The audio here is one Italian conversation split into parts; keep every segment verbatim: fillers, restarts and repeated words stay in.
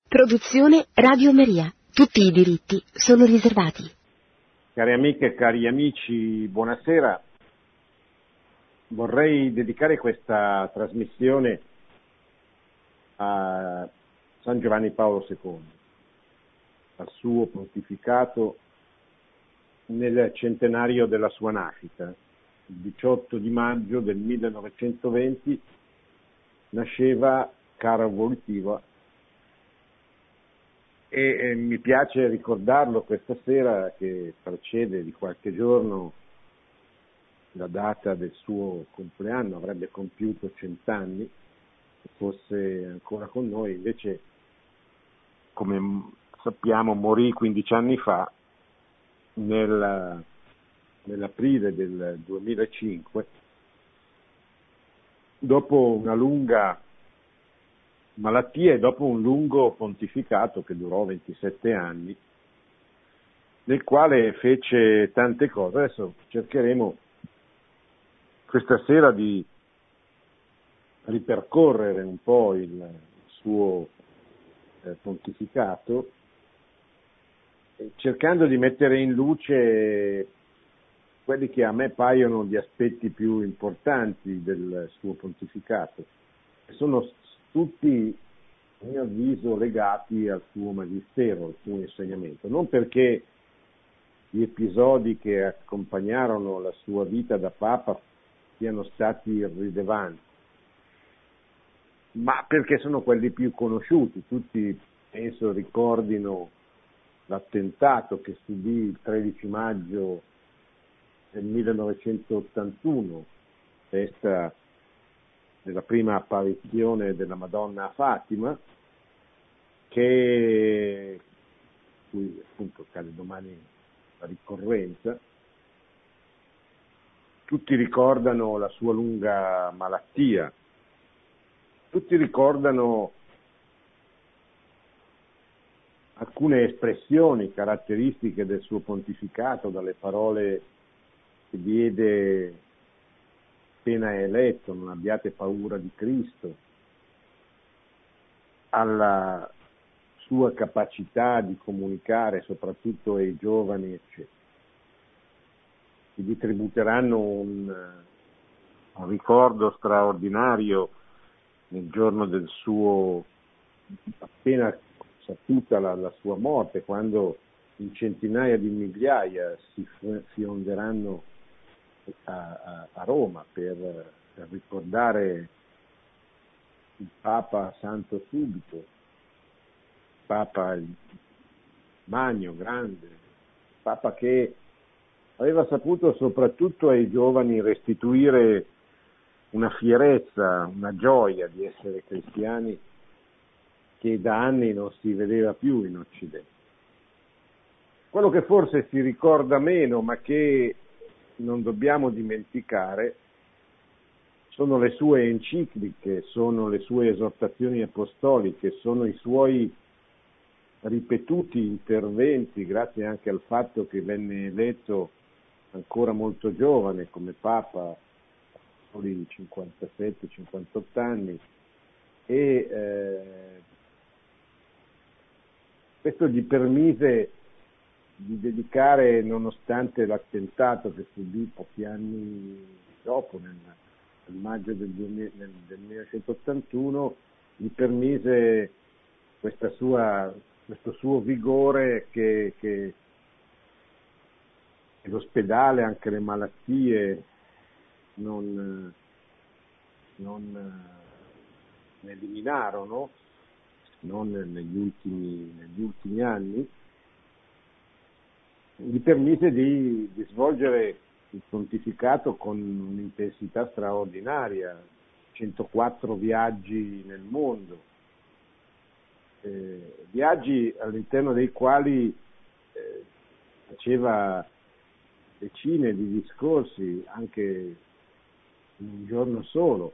Produzione Radio Maria. Tutti i diritti sono riservati. Cari amiche e cari amici, buonasera. Vorrei dedicare questa trasmissione a San Giovanni Paolo secondo, al suo pontificato nel centenario della sua nascita. Il diciotto di maggio del millenovecentoventi nasceva Carlo Wojtyła e eh, mi piace ricordarlo questa sera, che precede di qualche giorno la data del suo compleanno. Avrebbe compiuto cent'anni se fosse ancora con noi, invece, come sappiamo, morì quindici anni fa nel, nell'aprile del duemilacinque, dopo una lunga malattia e dopo un lungo pontificato che durò ventisette anni, nel quale fece tante cose. Adesso cercheremo questa sera di ripercorrere un po' il suo eh, pontificato, cercando di mettere in luce quelli che a me paiono gli aspetti più importanti del suo pontificato, che sono tutti, a mio avviso, legati al suo magistero, al suo insegnamento. Non perché gli episodi che accompagnarono la sua vita da Papa siano stati irrilevanti, ma perché sono quelli più conosciuti. Tutti, penso, ricordino l'attentato che subì il tredici maggio del millenovecentottantuno, festa della prima apparizione della Madonna a Fatima, che cui appunto cade domani la ricorrenza. Tutti ricordano la sua lunga malattia, tutti ricordano alcune espressioni caratteristiche del suo pontificato, dalle parole che diede appena eletto: non abbiate paura di Cristo, alla sua capacità di comunicare soprattutto ai giovani, eccetera. Che gli tributeranno un, un ricordo straordinario nel giorno del suo, appena saputa la, la sua morte, quando in centinaia di migliaia si fionderanno a, a, a Roma per, per ricordare il Papa Santo Subito, Papa Magno, grande, Papa che aveva saputo soprattutto ai giovani restituire una fierezza, una gioia di essere cristiani che da anni non si vedeva più in Occidente. Quello che forse si ricorda meno, ma che non dobbiamo dimenticare, sono le sue encicliche, sono le sue esortazioni apostoliche, sono i suoi ripetuti interventi, grazie anche al fatto che venne eletto ancora molto giovane come Papa, soli cinquantasette cinquantotto anni, e eh, questo gli permise di dedicare, nonostante l'attentato che subì pochi anni dopo, nel, nel maggio del, duemila, nel, del millenovecentottantuno, gli permise questa sua, questo suo vigore che, che, che l'ospedale, anche le malattie, non, non ne eliminarono, non negli ultimi, negli ultimi anni. Gli permise di, di svolgere il pontificato con un'intensità straordinaria, centoquattro viaggi nel mondo, eh, viaggi all'interno dei quali eh, faceva decine di discorsi, anche in un giorno solo,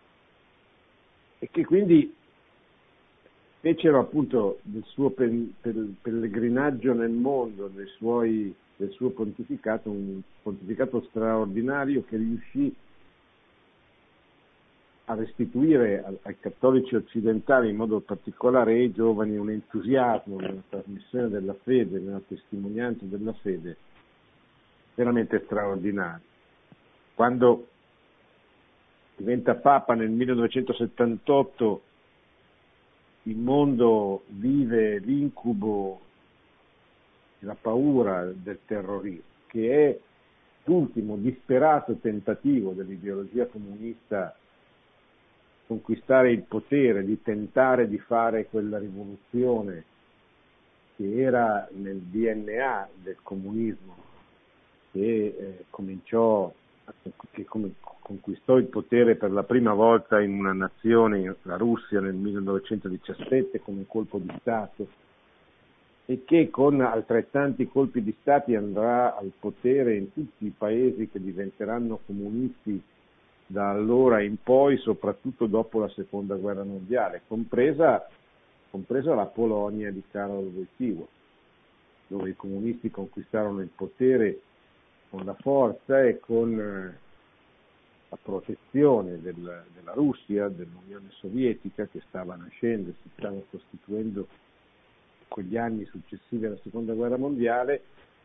e che quindi fecero appunto del suo pellegrinaggio nel mondo, dei suoi, del suo pontificato, un pontificato straordinario che riuscì a restituire ai cattolici occidentali, in modo particolare ai giovani, un entusiasmo nella trasmissione della fede, nella testimonianza della fede veramente straordinario. Quando diventa Papa nel millenovecentosettantotto, il mondo vive l'incubo e la paura del terrorismo, che è l'ultimo disperato tentativo dell'ideologia comunista conquistare il potere, di tentare di fare quella rivoluzione che era nel D N A del comunismo, che eh, cominciò, che come, conquistò il potere per la prima volta in una nazione, la Russia, nel millenovecentodiciassette con un colpo di Stato, e che con altrettanti colpi di Stati andrà al potere in tutti i paesi che diventeranno comunisti da allora in poi, soprattutto dopo la seconda guerra mondiale, compresa, compresa la Polonia di Karol Wojtyła, dove i comunisti conquistarono il potere con la forza e con la protezione del, della Russia, dell'Unione Sovietica, che stava nascendo, si stava costituendo in quegli anni successivi alla seconda guerra mondiale,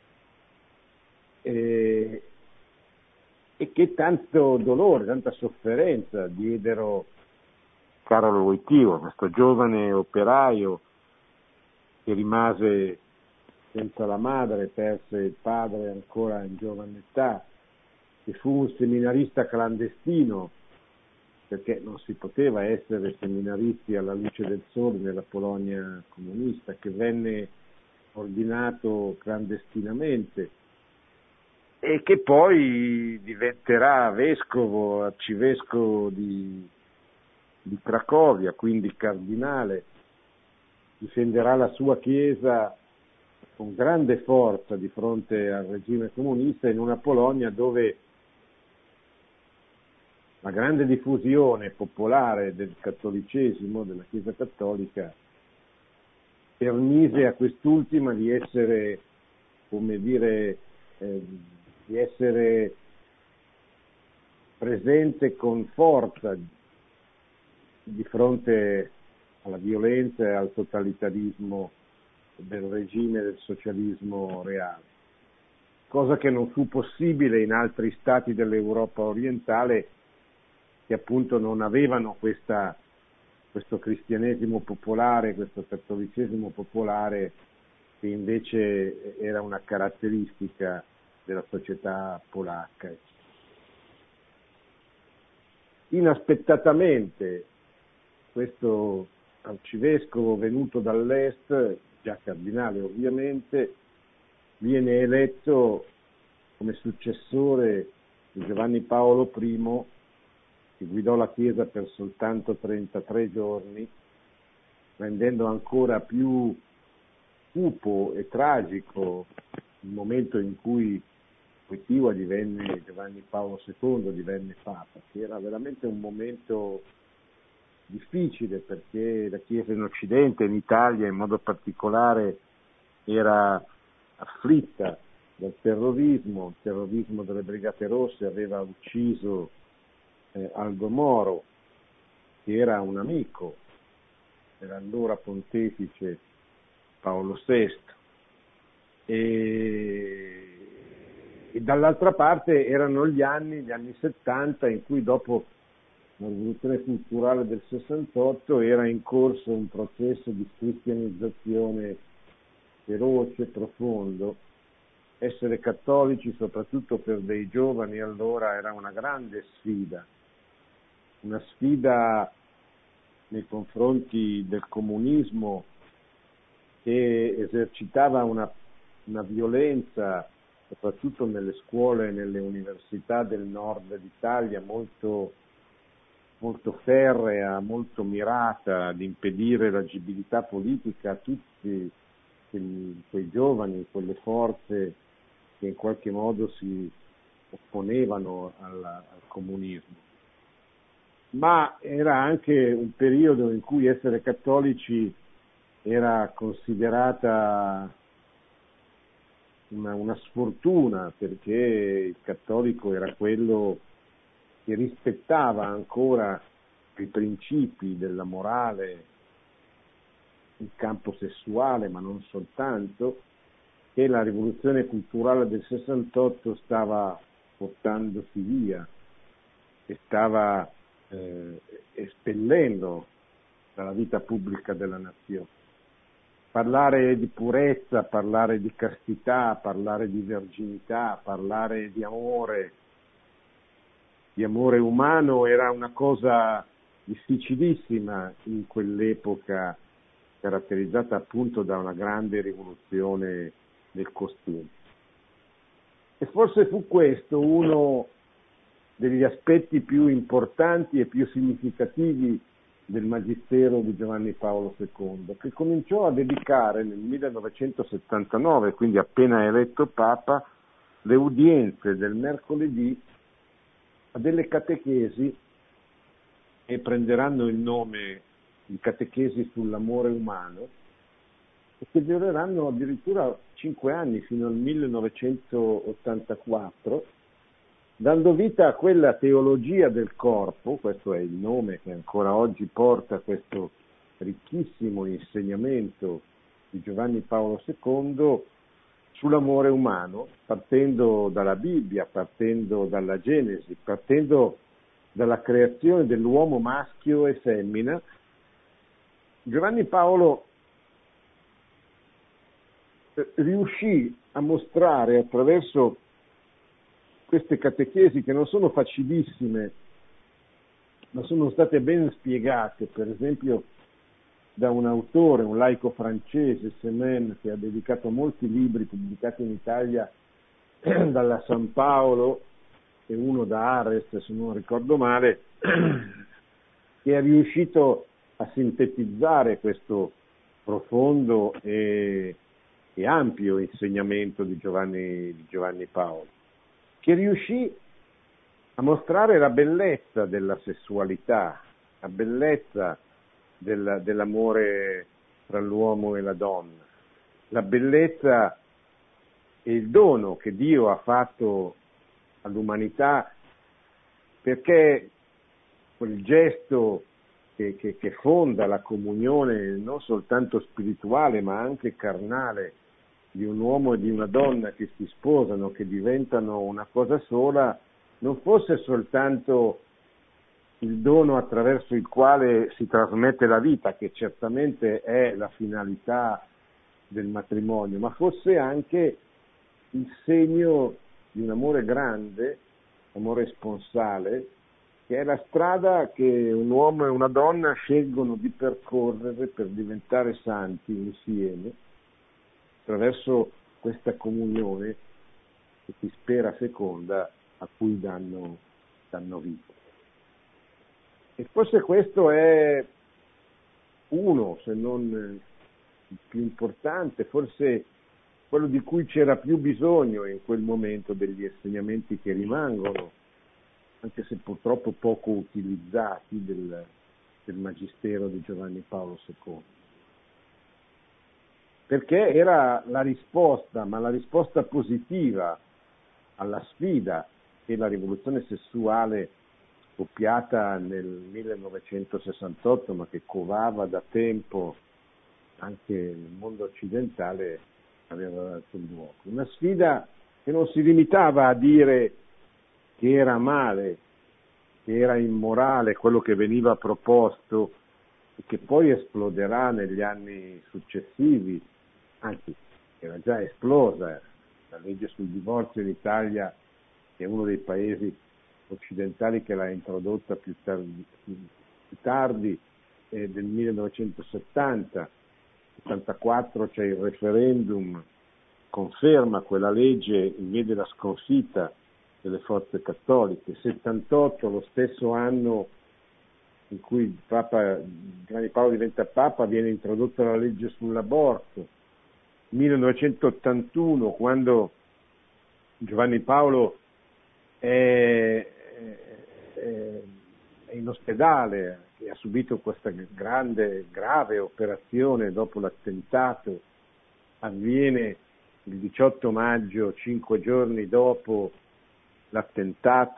e, e che tanto dolore, tanta sofferenza diedero Karol Wojtyła, questo giovane operaio che rimase senza la madre, perse il padre ancora in giovane età, che fu un seminarista clandestino, perché non si poteva essere seminaristi alla luce del sole nella Polonia comunista, che venne ordinato clandestinamente e che poi diventerà vescovo, arcivescovo di, di Cracovia, quindi cardinale, difenderà la sua chiesa con grande forza di fronte al regime comunista in una Polonia dove la grande diffusione popolare del cattolicesimo, della Chiesa cattolica, permise a quest'ultima di essere, come dire, eh, di essere presente con forza di fronte alla violenza e al totalitarismo del regime del socialismo reale, cosa che non fu possibile in altri stati dell'Europa orientale, che appunto non avevano questa, questo cristianesimo popolare, questo cattolicesimo popolare, che invece era una caratteristica della società polacca. Inaspettatamente questo arcivescovo venuto dall'est, già cardinale ovviamente, viene eletto come successore di Giovanni Paolo primo, che guidò la Chiesa per soltanto trentatré giorni, rendendo ancora più cupo e tragico il momento in cui Wojtyła divenne Giovanni Paolo secondo, divenne Papa, che era veramente un momento difficile, perché la Chiesa in Occidente, in Italia in modo particolare, era afflitta dal terrorismo. Il terrorismo delle Brigate Rosse aveva ucciso eh, Aldo Moro, che era un amico dell'allora pontefice Paolo sesto, e, e dall'altra parte erano gli anni, gli anni settanta, in cui dopo la rivoluzione culturale del sessantotto era in corso un processo di cristianizzazione feroce, profondo. Essere cattolici, soprattutto per dei giovani allora, era una grande sfida, una sfida nei confronti del comunismo, che esercitava una, una violenza, soprattutto nelle scuole e nelle università del nord d'Italia, molto molto ferrea, molto mirata ad impedire l'agibilità politica a tutti quei, quei giovani, quelle forze che in qualche modo si opponevano alla, al comunismo. Ma era anche un periodo in cui essere cattolici era considerata una, una sfortuna, perché il cattolico era quello che rispettava ancora i principi della morale in campo sessuale, ma non soltanto, che la rivoluzione culturale del sessantotto stava portandosi via e stava eh, espellendo dalla vita pubblica della nazione. Parlare di purezza, parlare di castità, parlare di verginità, parlare di amore, di amore umano era una cosa difficilissima in quell'epoca, caratterizzata appunto da una grande rivoluzione del costume. E forse fu questo uno degli aspetti più importanti e più significativi del magistero di Giovanni Paolo secondo, che cominciò a dedicare nel millenovecentosettantanove, quindi appena eletto Papa, le udienze del mercoledì a delle catechesi che prenderanno il nome di catechesi sull'amore umano e che dureranno addirittura cinque anni, fino al millenovecentottantaquattro, dando vita a quella teologia del corpo, questo è il nome che ancora oggi porta questo ricchissimo insegnamento di Giovanni Paolo secondo sull'amore umano, partendo dalla Bibbia, partendo dalla Genesi, partendo dalla creazione dell'uomo maschio e femmina. Giovanni Paolo riuscì a mostrare attraverso queste catechesi, che non sono facilissime, ma sono state ben spiegate, per esempio da un autore, un laico francese, Semen, che ha dedicato molti libri pubblicati in Italia dalla San Paolo e uno da Ares, se non ricordo male, che è riuscito a sintetizzare questo profondo e, e ampio insegnamento di Giovanni, di Giovanni Paolo, che riuscì a mostrare la bellezza della sessualità, la bellezza del, dell'amore tra l'uomo e la donna, la bellezza e il dono che Dio ha fatto all'umanità, perché quel gesto che, che, che fonda la comunione non soltanto spirituale ma anche carnale di un uomo e di una donna che si sposano, che diventano una cosa sola, non fosse soltanto il dono attraverso il quale si trasmette la vita, che certamente è la finalità del matrimonio, ma fosse anche il segno di un amore grande, amore sponsale, che è la strada che un uomo e una donna scelgono di percorrere per diventare santi insieme, attraverso questa comunione che si spera feconda, a cui danno, danno vita. E forse questo è uno, se non il più importante, forse quello di cui c'era più bisogno in quel momento, degli insegnamenti che rimangono, anche se purtroppo poco utilizzati, del, del magistero di Giovanni Paolo secondo. Perché era la risposta, ma la risposta positiva alla sfida che la rivoluzione sessuale scoppiata nel millenovecentosessantotto, ma che covava da tempo anche nel mondo occidentale, aveva dato luogo. Una sfida che non si limitava a dire che era male, che era immorale quello che veniva proposto e che poi esploderà negli anni successivi, anzi era già esplosa. La legge sul divorzio in Italia è uno dei paesi occidentali che l'ha introdotta più tardi, più tardi eh, del millenovecentosettanta. settantaquattro c'è il referendum, conferma quella legge in via della sconfitta delle forze cattoliche. settantotto, lo stesso anno in cui il Papa Giovanni Paolo diventa Papa, viene introdotta la legge sull'aborto. millenovecentottantuno, quando Giovanni Paolo è, è, è in ospedale e ha subito questa grande, grave operazione dopo l'attentato, avviene il diciotto maggio, cinque giorni dopo l'attentato,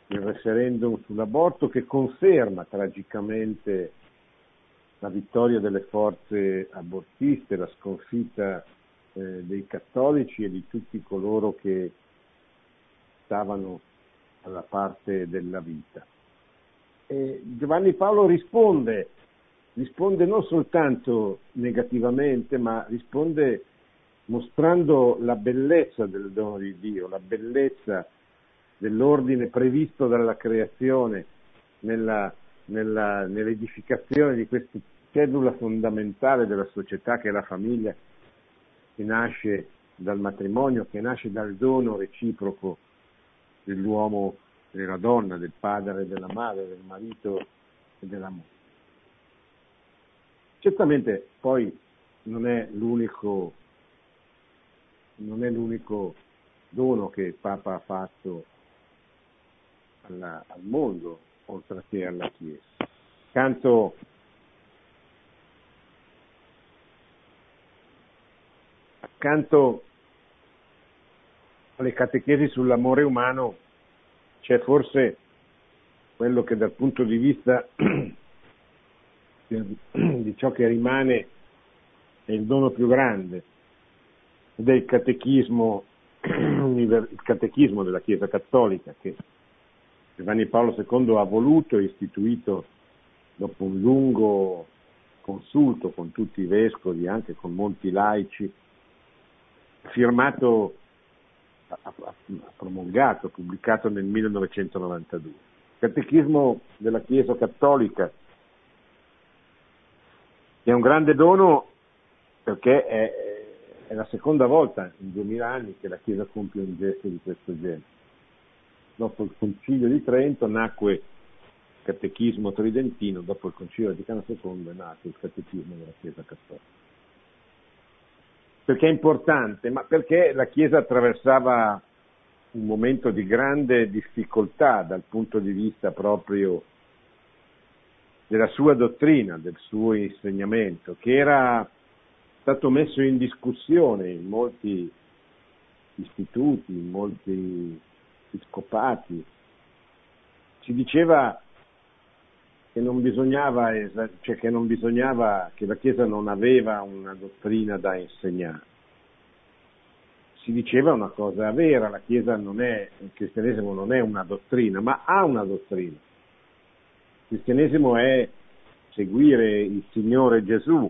il referendum sull'aborto, che conferma tragicamente la vittoria delle forze abortiste, la sconfitta eh, dei cattolici e di tutti coloro che stavano alla parte della vita. E Giovanni Paolo risponde, risponde non soltanto negativamente, ma risponde mostrando la bellezza del dono di Dio, la bellezza dell'ordine previsto dalla creazione nella, nella, nell'edificazione di questa cellula fondamentale della società che è la famiglia, che nasce dal matrimonio, che nasce dal dono reciproco dell'uomo e della donna, del padre e della madre, del marito e della moglie. Certamente poi non è l'unico, non è l'unico dono che il Papa ha fatto alla, al mondo, oltre che alla Chiesa. Accanto, accanto alle catechesi sull'amore umano c'è forse quello che dal punto di vista di ciò che rimane è il dono più grande, ed è il catechismo, il catechismo della Chiesa Cattolica, che Giovanni Paolo secondo ha voluto e istituito dopo un lungo consulto con tutti i vescovi, anche con molti laici, firmato, ha promulgato, pubblicato nel millenovecentonovantadue. Il catechismo della Chiesa Cattolica è un grande dono perché è, è la seconda volta in duemila anni che la Chiesa compie un gesto di questo genere. Dopo il Concilio di Trento nacque il Catechismo Tridentino, dopo il Concilio Vaticano secondo è nato il Catechismo della Chiesa Cattolica. Perché è importante? Ma perché la Chiesa attraversava un momento di grande difficoltà dal punto di vista proprio della sua dottrina, del suo insegnamento, che era stato messo in discussione in molti istituti, in molti episcopati. Si diceva che non bisognava, cioè che non bisognava, che la Chiesa non aveva una dottrina da insegnare. Si diceva una cosa vera, la Chiesa non è, il cristianesimo non è una dottrina, ma ha una dottrina. Il cristianesimo è seguire il Signore Gesù,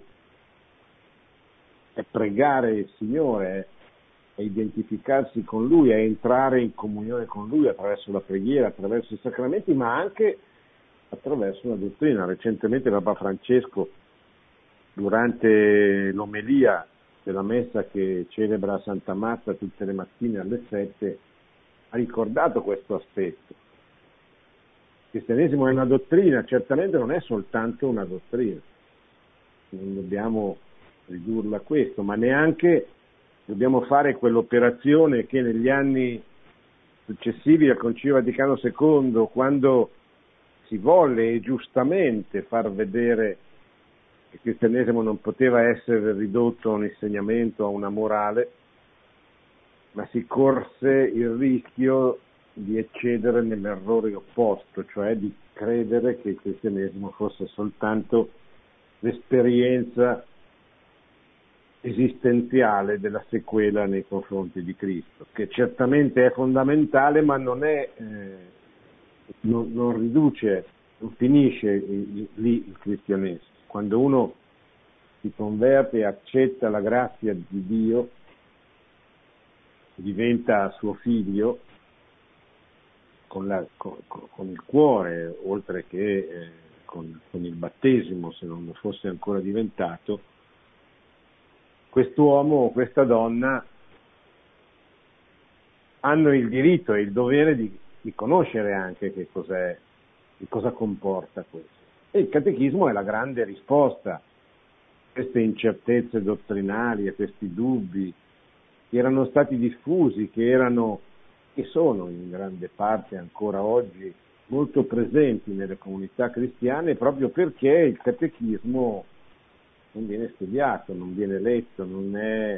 è pregare il Signore, è identificarsi con Lui, è entrare in comunione con Lui attraverso la preghiera, attraverso i sacramenti, ma anche attraverso una dottrina. Recentemente Papa Francesco, durante l'omelia della messa che celebra Santa Mazza tutte le mattine alle sette, ha ricordato questo aspetto. Il cristianesimo è una dottrina, certamente non è soltanto una dottrina, non dobbiamo ridurla a questo, ma neanche dobbiamo fare quell'operazione che negli anni successivi al Concilio Vaticano secondo, quando si volle e giustamente far vedere che il cristianesimo non poteva essere ridotto a un insegnamento, a una morale, ma si corse il rischio di eccedere nell'errore opposto, cioè di credere che il cristianesimo fosse soltanto l'esperienza esistenziale della sequela nei confronti di Cristo, che certamente è fondamentale, ma non è, eh, non, non riduce, non finisce lì il cristianesimo. Quando uno si converte e accetta la grazia di Dio, diventa suo figlio con, la, con, con il cuore, oltre che eh, con, con il battesimo, se non lo fosse ancora diventato, quest'uomo o questa donna hanno il diritto e il dovere di, di conoscere anche che cos'è, che cosa comporta questo. E il catechismo è la grande risposta a queste incertezze dottrinali, a questi dubbi che erano stati diffusi, che erano e sono in grande parte ancora oggi molto presenti nelle comunità cristiane, proprio perché il catechismo non viene studiato, non viene letto, non è,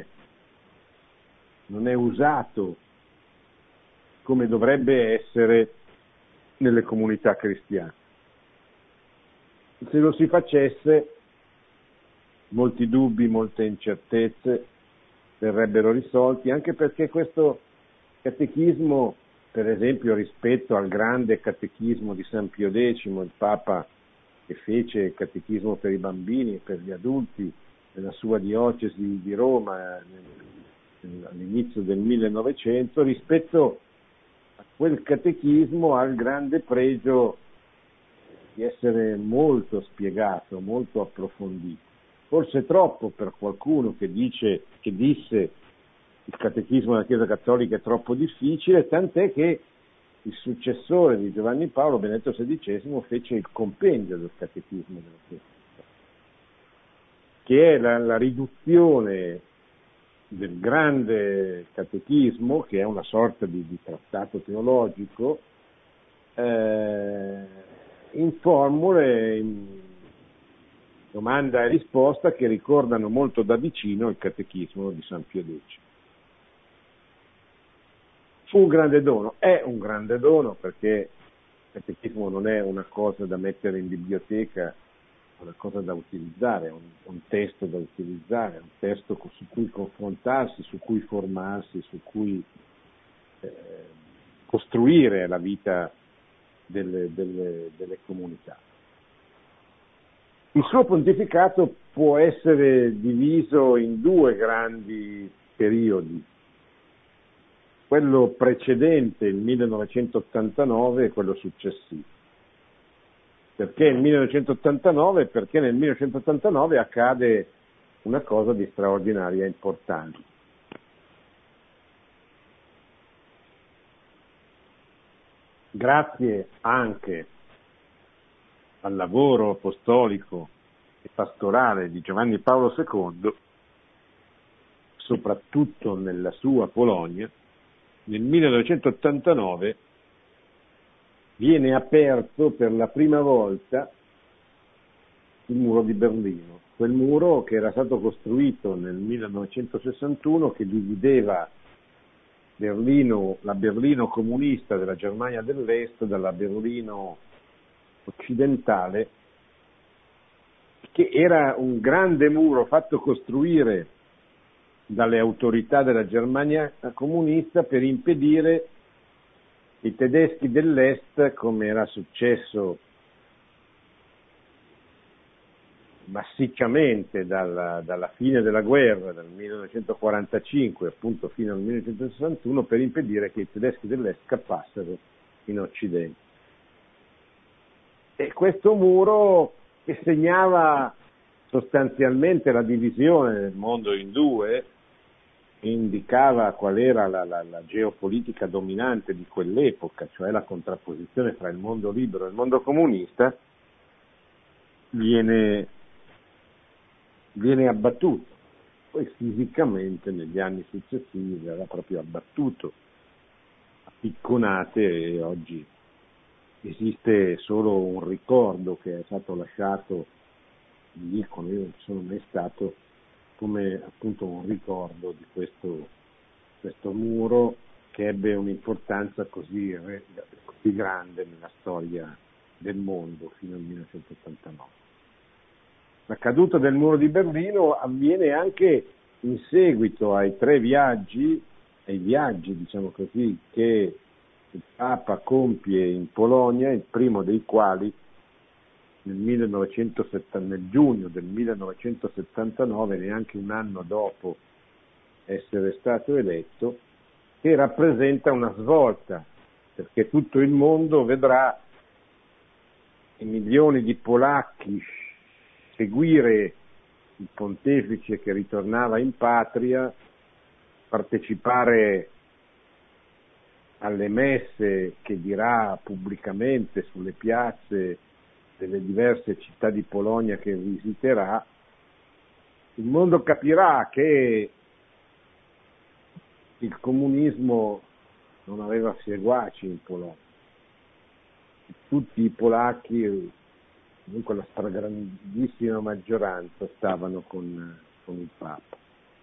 non è usato come dovrebbe essere nelle comunità cristiane. Se lo si facesse, molti dubbi, molte incertezze verrebbero risolti, anche perché questo catechismo, per esempio, rispetto al grande catechismo di San Pio X, il Papa che fece il catechismo per i bambini e per gli adulti nella sua diocesi di Roma all'inizio del millenovecento, rispetto a quel catechismo ha il grande pregio di essere molto spiegato, molto approfondito. Forse troppo per qualcuno che dice, che disse il catechismo della Chiesa Cattolica è troppo difficile, tant'è che il successore di Giovanni Paolo, Benedetto sedicesimo, fece il compendio del catechismo della Chiesa Cattolica, che è la, la riduzione del grande catechismo, che è una sorta di, di trattato teologico, eh, in formule, in domanda e risposta che ricordano molto da vicino il catechismo di San Pio X. Fu un grande dono, è un grande dono, perché il catechismo non è una cosa da mettere in biblioteca, è una cosa da utilizzare, è un, un testo da utilizzare, è un testo su cui confrontarsi, su cui formarsi, su cui eh, costruire la vita delle, delle, delle comunità. Il suo pontificato può essere diviso in due grandi periodi, quello precedente, il millenovecentottantanove, e quello successivo. Perché il millenovecentottantanove? Perché nel millenovecentottantanove accade una cosa di straordinaria importanza. Grazie anche al lavoro apostolico e pastorale di Giovanni Paolo secondo, soprattutto nella sua Polonia, nel millenovecentottantanove viene aperto per la prima volta il muro di Berlino, quel muro che era stato costruito nel millenovecentosessantuno, che divideva Berlino, la Berlino comunista della Germania dell'Est dalla Berlino occidentale, che era un grande muro fatto costruire dalle autorità della Germania comunista per impedire i tedeschi dell'Est, come era successo massicciamente dalla, dalla fine della guerra, dal millenovecentoquarantacinque appunto fino al millenovecentosessantuno, per impedire che i tedeschi dell'Est scappassero in Occidente. E questo muro, che segnava sostanzialmente la divisione del mondo in due, indicava qual era la, la, la geopolitica dominante di quell'epoca, cioè la contrapposizione fra il mondo libero e il mondo comunista, viene, viene abbattuto. Poi fisicamente negli anni successivi verrà proprio abbattuto a picconate, e oggi esiste solo un ricordo che è stato lasciato, mi dicono, io non ci sono mai stato, come appunto un ricordo di questo, questo muro che ebbe un'importanza così, così grande nella storia del mondo fino al millenovecentottantanove. La caduta del muro di Berlino avviene anche in seguito ai tre viaggi, ai viaggi diciamo così, che il Papa compie in Polonia, il primo dei quali nel, millenovecentosettanta, nel giugno del millenovecentosettantanove, neanche un anno dopo essere stato eletto, che rappresenta una svolta, perché tutto il mondo vedrà i milioni di polacchi seguire il pontefice che ritornava in patria, partecipare alle messe che dirà pubblicamente sulle piazze delle diverse città di Polonia che visiterà. Il mondo capirà che il comunismo non aveva seguaci in Polonia. Tutti i polacchi, comunque la stragrandissima maggioranza, stavano con, con il Papa.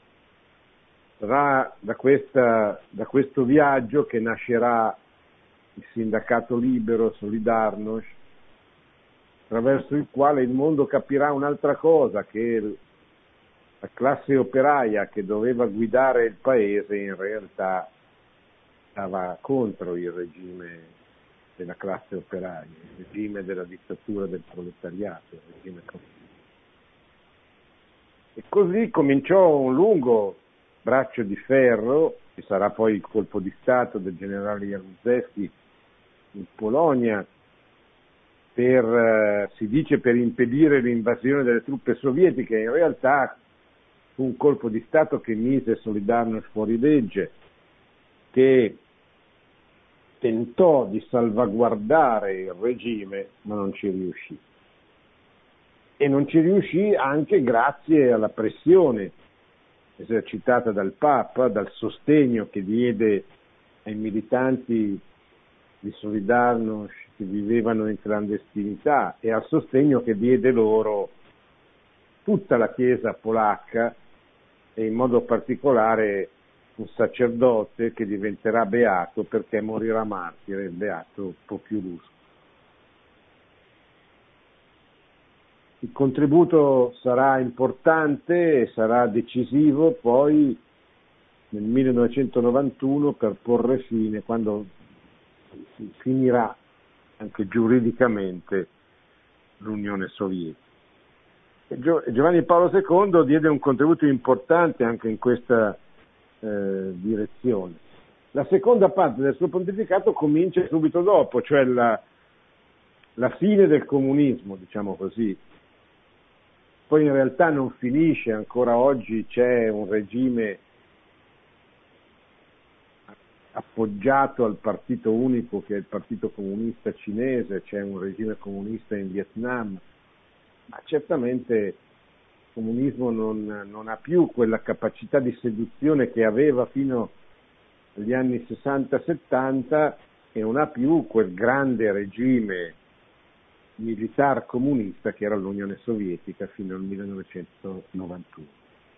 Sarà da, questa, da questo viaggio che nascerà il sindacato libero, Solidarnosc, attraverso il quale il mondo capirà un'altra cosa, che la classe operaia che doveva guidare il paese in realtà stava contro il regime della classe operaia, il regime della dittatura del proletariato, il regime comunista. E così cominciò un lungo braccio di ferro, che sarà poi il colpo di Stato del generale Jaruzelski in Polonia, per, eh, si dice per impedire l'invasione delle truppe sovietiche. In realtà fu un colpo di Stato che mise Solidarnosc fuori legge, che tentò di salvaguardare il regime, ma non ci riuscì. E non ci riuscì anche grazie alla pressione esercitata dal Papa, dal sostegno che diede ai militanti di Solidarnosc che vivevano in clandestinità e al sostegno che diede loro tutta la Chiesa polacca e in modo particolare un sacerdote che diventerà beato perché morirà martire, il beato Populus. Il contributo sarà importante e sarà decisivo poi nel millenovecentonovantuno per porre fine, quando finirà anche giuridicamente l'Unione Sovietica. E Giovanni Paolo secondo diede un contributo importante anche in questa eh, direzione. La seconda parte del suo pontificato comincia subito dopo, cioè la, la fine del comunismo, diciamo così. Poi in realtà non finisce, ancora oggi c'è un regime appoggiato al partito unico che è il Partito Comunista Cinese, c'è un regime comunista in Vietnam, ma certamente il comunismo non, non ha più quella capacità di seduzione che aveva fino agli anni sessanta settanta e non ha più quel grande regime militar comunista che era l'Unione Sovietica fino al millenovecentonovantuno.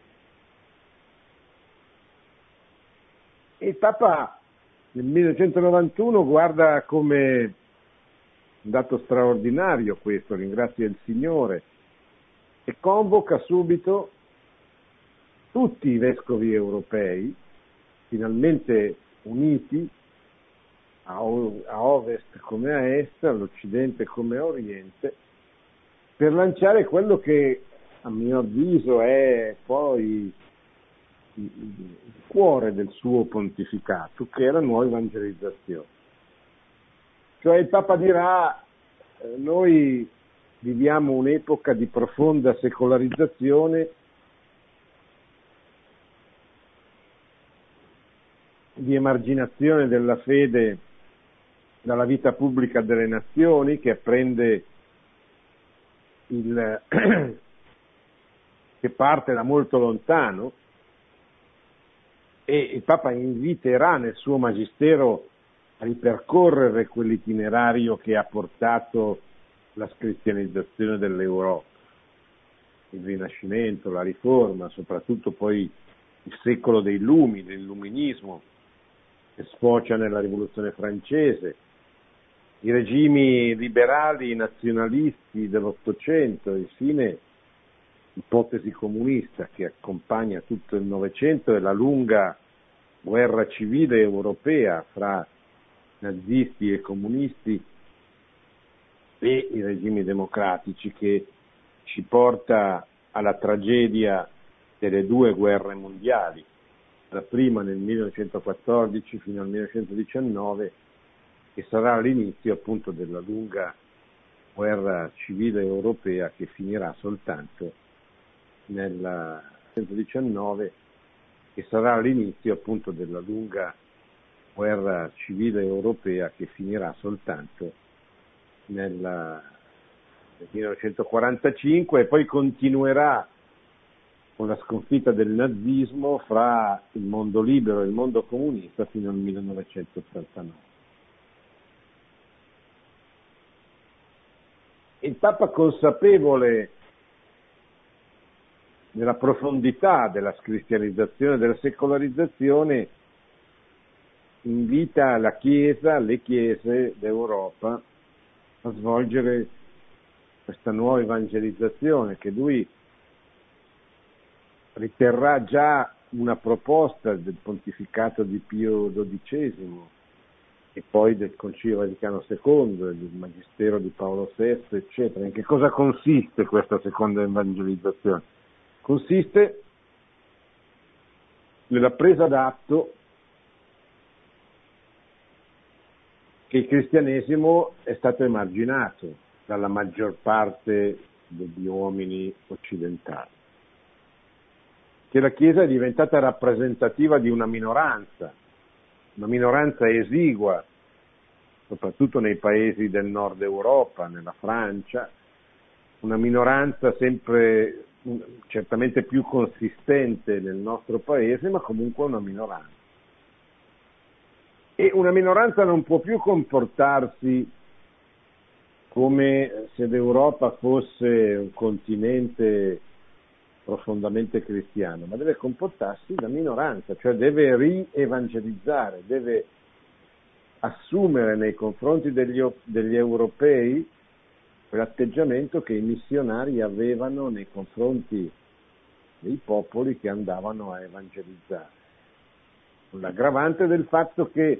E il Papa nel millenovecentonovantuno guarda come un dato straordinario questo, ringrazia il Signore, e convoca subito tutti i vescovi europei, finalmente uniti, a ovest come a est, all'occidente come a oriente, per lanciare quello che a mio avviso è poi il cuore del suo pontificato, che è la nuova evangelizzazione. Cioè il Papa dirà, eh, noi viviamo un'epoca di profonda secolarizzazione, di emarginazione della fede dalla vita pubblica delle nazioni, che prende il che parte da molto lontano, e il Papa inviterà nel suo magistero a ripercorrere quell'itinerario che ha portato la cristianizzazione dell'Europa, il Rinascimento, la Riforma, soprattutto poi il secolo dei lumi, l'illuminismo, che sfocia nella Rivoluzione francese, i regimi liberali nazionalisti dell'Ottocento e infine l'ipotesi comunista che accompagna tutto il Novecento e la lunga guerra civile europea fra nazisti e comunisti e i regimi democratici, che ci porta alla tragedia delle due guerre mondiali, la prima nel millenovecentoquattordici fino al millenovecentodiciannove, che sarà l'inizio appunto della lunga guerra civile europea che finirà soltanto nel millenovecentodiciannove, che sarà l'inizio appunto della lunga guerra civile europea che finirà soltanto nel, nel millenovecentoquarantacinque e poi continuerà con la sconfitta del nazismo fra il mondo libero e il mondo comunista fino al millenovecentottantanove. Il Papa, consapevole della profondità della cristianizzazione e della secolarizzazione, invita la Chiesa, le chiese d'Europa a svolgere questa nuova evangelizzazione che lui riterrà già una proposta del pontificato di Pio dodicesimo e poi del Concilio Vaticano secondo, del Magistero di Paolo sesto, eccetera. In che cosa consiste questa seconda evangelizzazione? Consiste nella presa d'atto che il cristianesimo è stato emarginato dalla maggior parte degli uomini occidentali, che la Chiesa è diventata rappresentativa di una minoranza, una minoranza esigua, soprattutto nei paesi del nord Europa, nella Francia, una minoranza sempre certamente più consistente nel nostro paese, ma comunque una minoranza. E una minoranza non può più comportarsi come se l'Europa fosse un continente profondamente cristiano, ma deve comportarsi da minoranza, cioè deve rievangelizzare, deve assumere nei confronti degli, degli europei l'atteggiamento che i missionari avevano nei confronti dei popoli che andavano a evangelizzare. L'aggravante del fatto che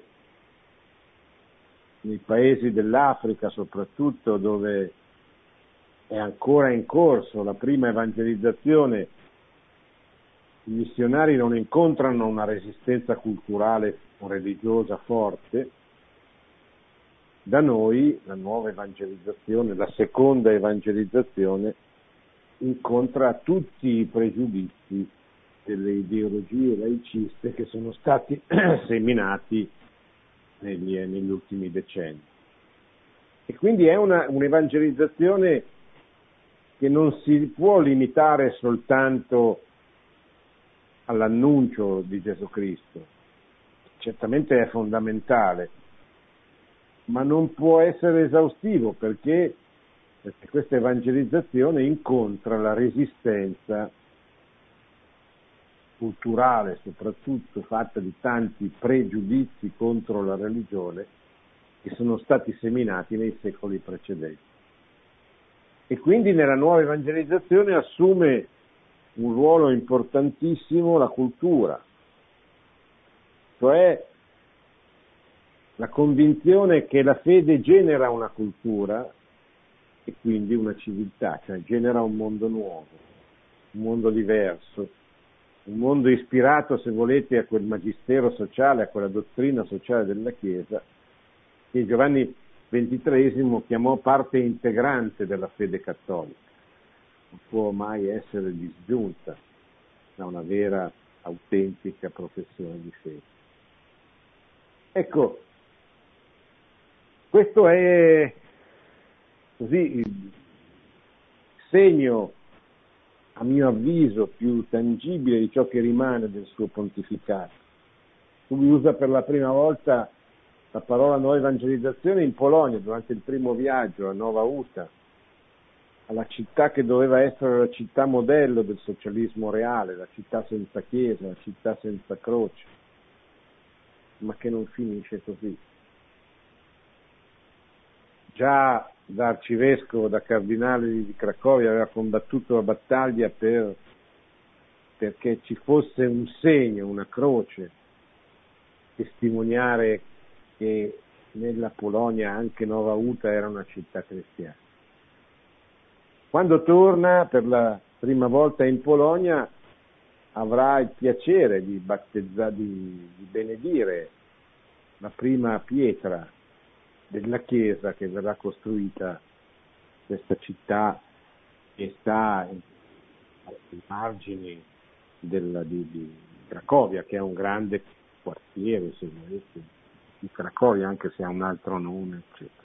nei paesi dell'Africa, soprattutto dove è ancora in corso la prima evangelizzazione, i missionari non incontrano una resistenza culturale o religiosa forte. Da noi la nuova evangelizzazione, la seconda evangelizzazione, incontra tutti i pregiudizi delle ideologie laiciste che sono stati seminati negli, negli ultimi decenni. E quindi è una, un'evangelizzazione che non si può limitare soltanto all'annuncio di Gesù Cristo. Certamente è fondamentale, ma non può essere esaustivo perché, perché questa evangelizzazione incontra la resistenza culturale, soprattutto fatta di tanti pregiudizi contro la religione che sono stati seminati nei secoli precedenti. E quindi nella nuova evangelizzazione assume un ruolo importantissimo la cultura, cioè la convinzione che la fede genera una cultura e quindi una civiltà, cioè genera un mondo nuovo, un mondo diverso, un mondo ispirato, se volete, a quel magistero sociale, a quella dottrina sociale della Chiesa che Giovanni ventitreesimo chiamò parte integrante della fede cattolica. Non può mai essere disgiunta da una vera, autentica professione di fede. Ecco, questo è così il segno, a mio avviso, più tangibile di ciò che rimane del suo pontificato. Lui usa per la prima volta la parola nuova evangelizzazione in Polonia durante il primo viaggio a Nova Huta, alla città che doveva essere la città modello del socialismo reale, la città senza chiesa, la città senza croce, ma che non finisce così. Già da arcivescovo, da cardinale di Cracovia, aveva combattuto la battaglia per, perché ci fosse un segno, una croce, testimoniare che nella Polonia anche Nova Huta era una città cristiana. Quando torna per la prima volta in Polonia avrà il piacere di battezzare, di, di benedire la prima pietra della chiesa che verrà costruita, questa città che sta ai margini della, di, di Cracovia, che è un grande quartiere, se volete, di Cracovia, anche se ha un altro nome, eccetera.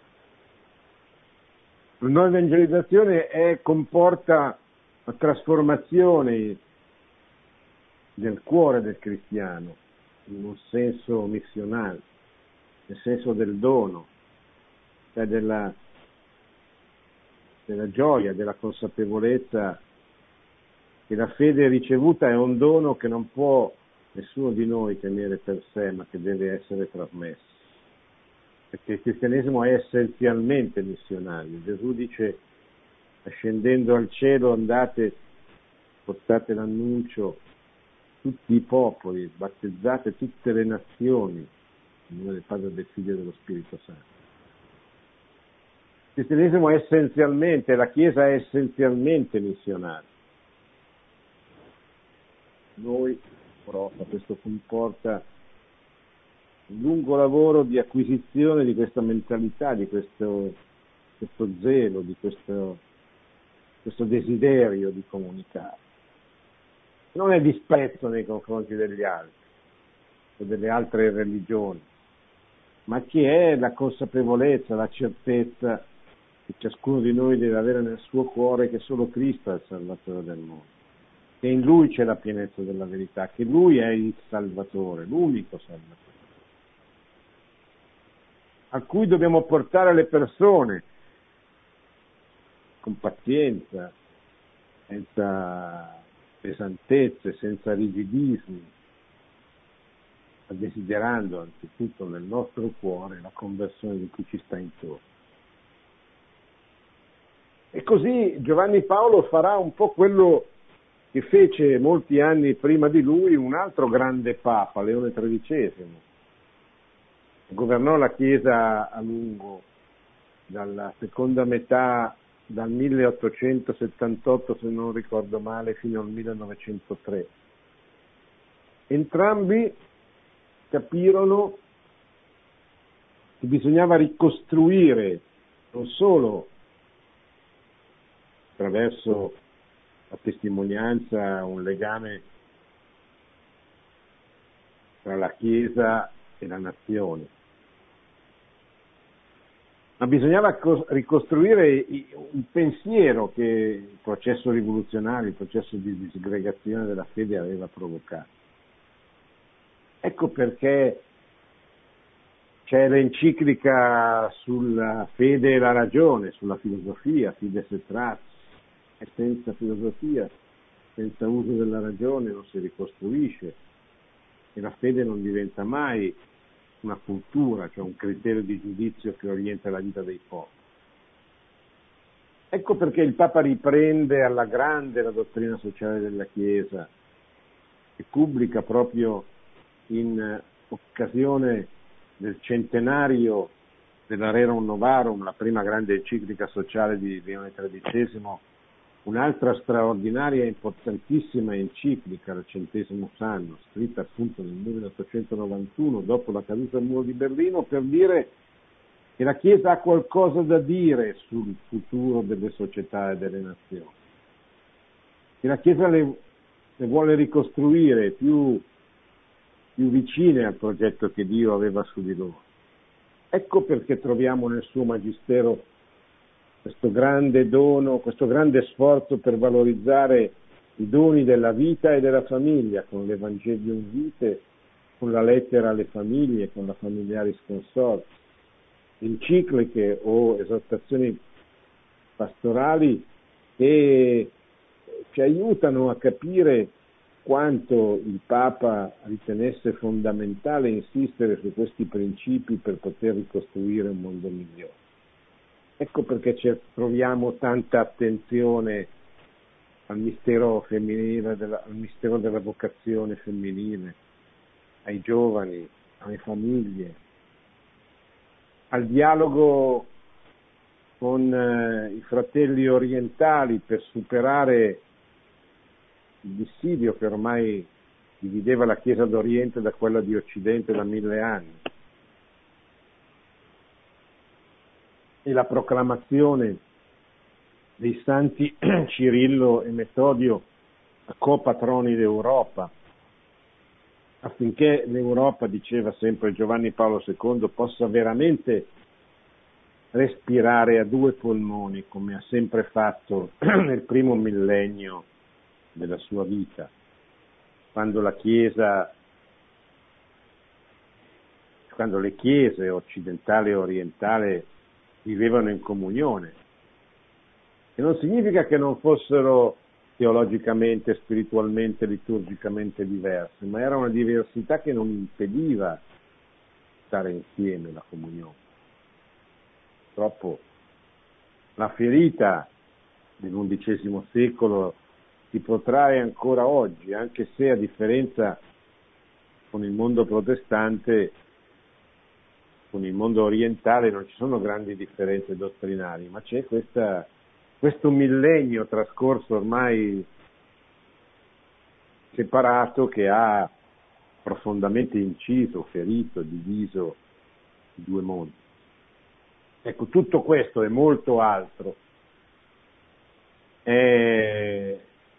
La nuova evangelizzazione è, comporta la trasformazione del cuore del cristiano in un senso missionale, nel senso del dono, cioè della, della gioia, della consapevolezza che la fede ricevuta è un dono che non può nessuno di noi tenere per sé, ma che deve essere trasmesso. Perché il cristianesimo è essenzialmente missionario. Gesù dice, ascendendo al cielo, andate, portate l'annuncio a tutti i popoli, battezzate tutte le nazioni, in nome del Padre, del Figlio e dello Spirito Santo. Il cristianesimo è essenzialmente, la Chiesa è essenzialmente missionaria. Noi, però, questo comporta un lungo lavoro di acquisizione di questa mentalità, di questo, questo zelo, di questo, questo desiderio di comunicare. Non è disprezzo nei confronti degli altri o delle altre religioni, ma che è la consapevolezza, la certezza che ciascuno di noi deve avere nel suo cuore che solo Cristo è il Salvatore del mondo, che in Lui c'è la pienezza della verità, che Lui è il Salvatore, l'unico Salvatore, a cui dobbiamo portare le persone con pazienza, senza pesantezze, senza rigidismi, ma desiderando anzitutto nel nostro cuore la conversione di chi ci sta intorno. E così Giovanni Paolo farà un po' quello che fece molti anni prima di lui un altro grande papa, Leone tredicesimo. Governò la Chiesa a lungo, dalla seconda metà, dal milleottocentosettantotto, se non ricordo male, fino al millenovecentotre. Entrambi capirono che bisognava ricostruire non solo attraverso la testimonianza un legame tra la Chiesa e la nazione, ma bisognava ricostruire un pensiero che il processo rivoluzionario, il processo di disgregazione della fede aveva provocato. Ecco perché c'è l'enciclica sulla fede e la ragione, sulla filosofia, Fides et Ratio, e senza filosofia, senza uso della ragione non si ricostruisce e la fede non diventa mai una cultura, cioè un criterio di giudizio che orienta la vita dei popoli. Ecco perché il Papa riprende alla grande la dottrina sociale della Chiesa e pubblica proprio in occasione del centenario della Rerum Novarum, la prima grande enciclica sociale di Leone tredicesimo, un'altra straordinaria e importantissima enciclica, il Centesimus Annus, scritta appunto nel milleottocentonovantuno, dopo la caduta del muro di Berlino, per dire che la Chiesa ha qualcosa da dire sul futuro delle società e delle nazioni, che la Chiesa le, le vuole ricostruire più, più vicine al progetto che Dio aveva su di loro. Ecco perché troviamo nel suo Magistero questo grande dono, questo grande sforzo per valorizzare i doni della vita e della famiglia, con l'Evangelium Vitae, con la lettera alle famiglie, con la Familiaris Consortio, encicliche o esortazioni pastorali che ci aiutano a capire quanto il Papa ritenesse fondamentale insistere su questi principi per poter ricostruire un mondo migliore. Ecco perché troviamo tanta attenzione al mistero femminile, della, al mistero della vocazione femminile, ai giovani, alle famiglie, al dialogo con eh, i fratelli orientali per superare il dissidio che ormai divideva la Chiesa d'Oriente da quella di Occidente da mille anni. E la proclamazione dei santi Cirillo e Metodio a copatroni d'Europa, affinché l'Europa, diceva sempre Giovanni Paolo secondo, possa veramente respirare a due polmoni, come ha sempre fatto nel primo millennio della sua vita, quando la Chiesa, quando le chiese occidentale e orientale vivevano in comunione. E non significa che non fossero teologicamente, spiritualmente, liturgicamente diverse, ma era una diversità che non impediva stare insieme, la comunione. Purtroppo la ferita dell'undicesimo secolo si protrae ancora oggi, anche se a differenza con il mondo protestante, con il mondo orientale non ci sono grandi differenze dottrinali, ma c'è questa, questo millennio trascorso ormai separato che ha profondamente inciso, ferito, diviso i due mondi. Ecco, tutto questo e molto altro è,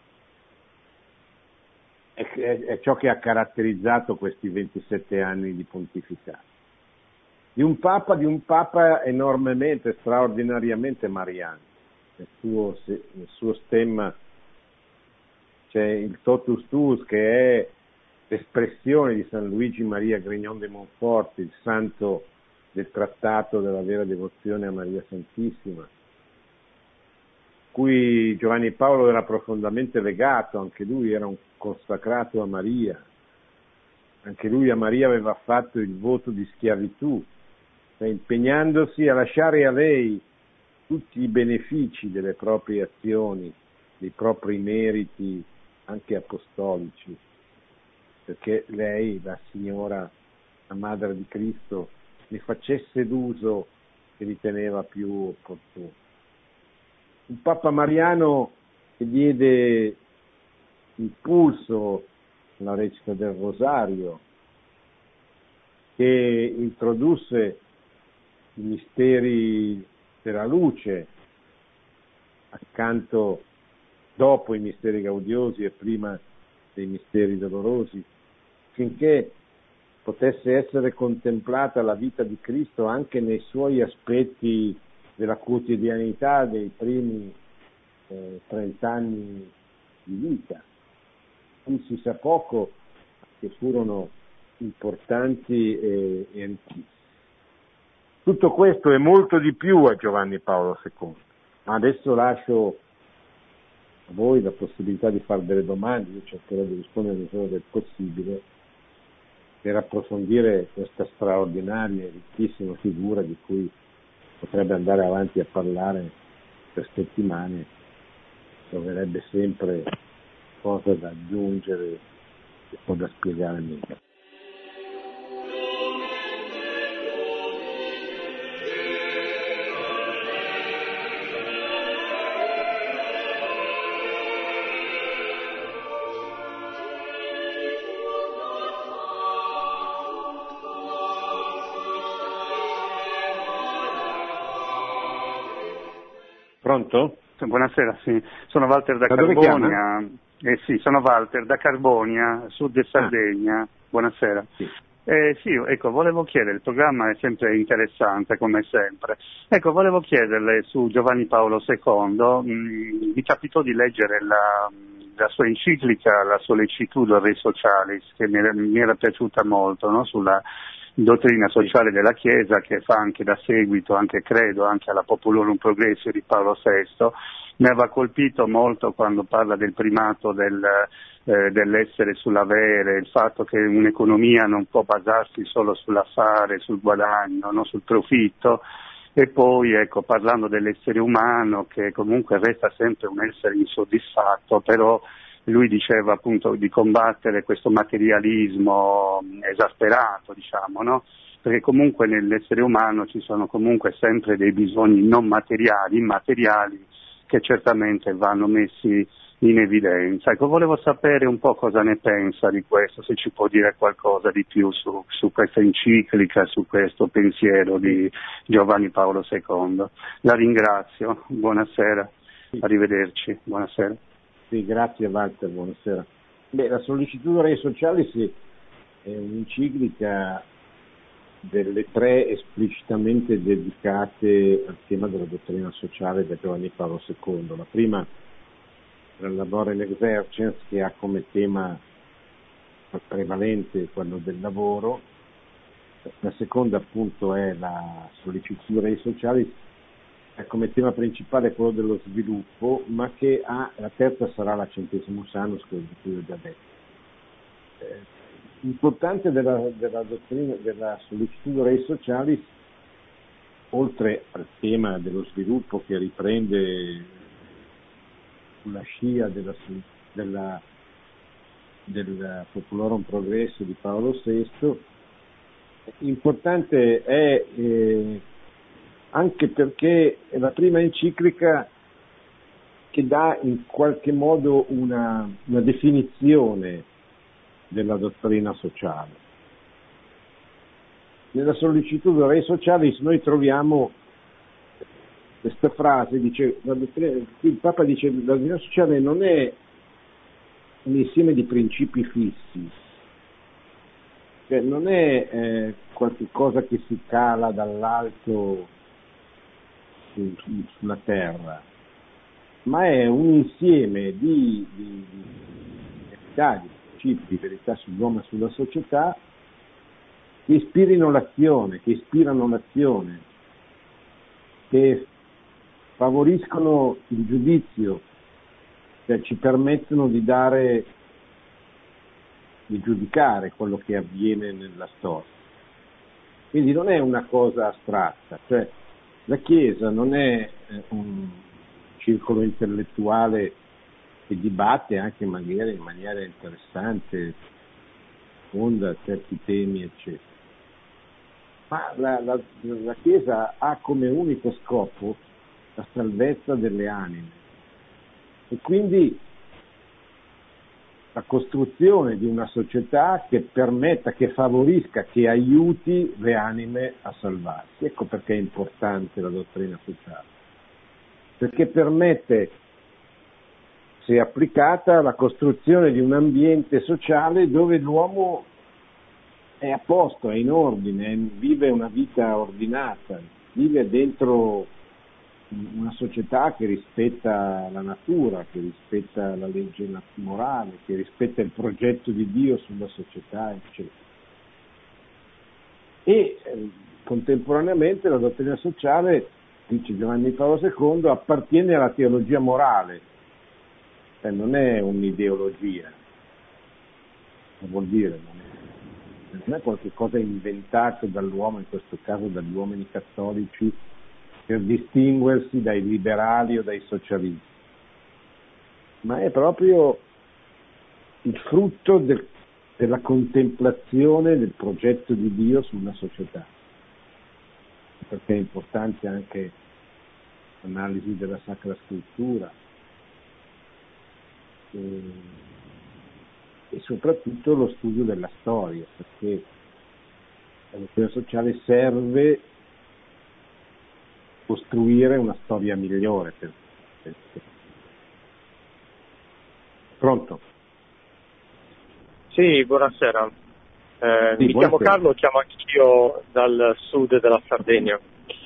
è, è ciò che ha caratterizzato questi ventisette anni di pontificato. Di un Papa, di un Papa enormemente, straordinariamente mariano. Nel suo, nel suo stemma c'è il Totus Tuus, che è l'espressione di San Luigi Maria Grignon de Montfort, il santo del trattato della vera devozione a Maria Santissima, cui Giovanni Paolo era profondamente legato, anche lui era un consacrato a Maria, anche lui a Maria aveva fatto il voto di schiavitù, impegnandosi a lasciare a lei tutti i benefici delle proprie azioni, dei propri meriti anche apostolici, perché lei, la signora, la madre di Cristo, ne facesse l'uso che riteneva più opportuno. Un Papa mariano che diede impulso alla recita del Rosario, che introdusse i misteri della luce accanto, dopo i misteri gaudiosi e prima dei misteri dolorosi, finché potesse essere contemplata la vita di Cristo anche nei suoi aspetti della quotidianità dei primi eh, trent'anni di vita, cui si sa poco, che furono importanti e, e antichi. Tutto questo e molto di più a Giovanni Paolo secondo. Ma adesso lascio a voi la possibilità di fare delle domande, io cercherò di rispondere nel misura del possibile per approfondire questa straordinaria e ricchissima figura di cui potrebbe andare avanti a parlare per settimane, troverebbe sempre cose da aggiungere o da spiegare meglio. Pronto? Buonasera, sì. Sono Walter da, da Carbonia. Eh sì, sono Walter da Carbonia, sud di Sardegna. Ah. Buonasera. Sì. Eh, sì, ecco, volevo chiedere, il programma è sempre interessante come sempre. Ecco, volevo chiederle su Giovanni Paolo secondo, mh, mi capitò di leggere la, la sua enciclica, la Sollecitudo Re Socialis, che mi era, mi era piaciuta molto, no? Sulla dottrina sociale della Chiesa, che fa anche da seguito, anche credo, anche alla Populorum Progressio di Paolo sesto. Mi aveva colpito molto quando parla del primato del, eh, dell'essere sull'avere, il fatto che un'economia non può basarsi solo sull'affare, sul guadagno, no? Sul profitto, e poi ecco, parlando dell'essere umano, che comunque resta sempre un essere insoddisfatto, però lui diceva appunto di combattere questo materialismo esasperato, diciamo, no? Perché comunque nell'essere umano ci sono comunque sempre dei bisogni non materiali, immateriali, che certamente vanno messi in evidenza. Ecco, volevo sapere un po' cosa ne pensa di questo, se ci può dire qualcosa di più su, su questa enciclica, su questo pensiero di Giovanni Paolo secondo. La ringrazio, buonasera, arrivederci, buonasera. Sì, grazie Walter, buonasera. Beh, la Sollecitudo Re Socialis è un'enciclica delle tre esplicitamente dedicate al tema della dottrina sociale da Giovanni Paolo secondo. La prima è il Labore Exercens, che ha come tema prevalente quello del lavoro. La seconda appunto è la Sollecitudo Re Socialis, come tema principale quello dello sviluppo, ma che ha, la terza sarà la Centesimus Annus, che ho già detto. Eh, l'importante della, della dottrina della Sollicitudo Rei Socialis, oltre al tema dello sviluppo che riprende sulla scia della, della, del Populorum Progresso di Paolo sesto, importante è eh, anche perché è la prima enciclica che dà in qualche modo una, una definizione della dottrina sociale. Nella Sollicitudo Rei Socialis noi troviamo questa frase, dice, la dottrina, il Papa dice che la dottrina sociale non è un insieme di principi fissi, cioè non è eh, qualche cosa che si cala dall'alto su, su, sulla terra, ma è un insieme di, di, di verità, di principi, di verità sull'uomo e sulla società che ispirino l'azione, che ispirano l'azione, che favoriscono il giudizio, cioè ci permettono di dare, di giudicare quello che avviene nella storia. Quindi non è una cosa astratta, cioè la Chiesa non è eh, un circolo intellettuale che dibatte anche magari in maniera interessante, fonda certi temi, eccetera. Ma la, la, la Chiesa ha come unico scopo la salvezza delle anime e quindi la costruzione di una società che permetta, che favorisca, che aiuti le anime a salvarsi. Ecco perché è importante la dottrina sociale, perché permette, se applicata, la costruzione di un ambiente sociale dove l'uomo è a posto, è in ordine, vive una vita ordinata, vive dentro una società che rispetta la natura, che rispetta la legge morale, che rispetta il progetto di Dio sulla società, eccetera. E eh, contemporaneamente la dottrina sociale, dice Giovanni Paolo secondo, appartiene alla teologia morale, eh, non è un'ideologia, non vuol dire, non è, non è qualche cosa inventato dall'uomo, in questo caso dagli uomini cattolici, per distinguersi dai liberali o dai socialisti, ma è proprio il frutto del, della contemplazione del progetto di Dio sulla società, perché è importante anche l'analisi della Sacra Scrittura e, e soprattutto lo studio della storia, perché la dottrina sociale serve costruire una storia migliore. Per, per, per. Pronto? Sì, buonasera. Eh, sì, mi buonasera. chiamo Carlo, chiamo anch'io dal sud della Sardegna.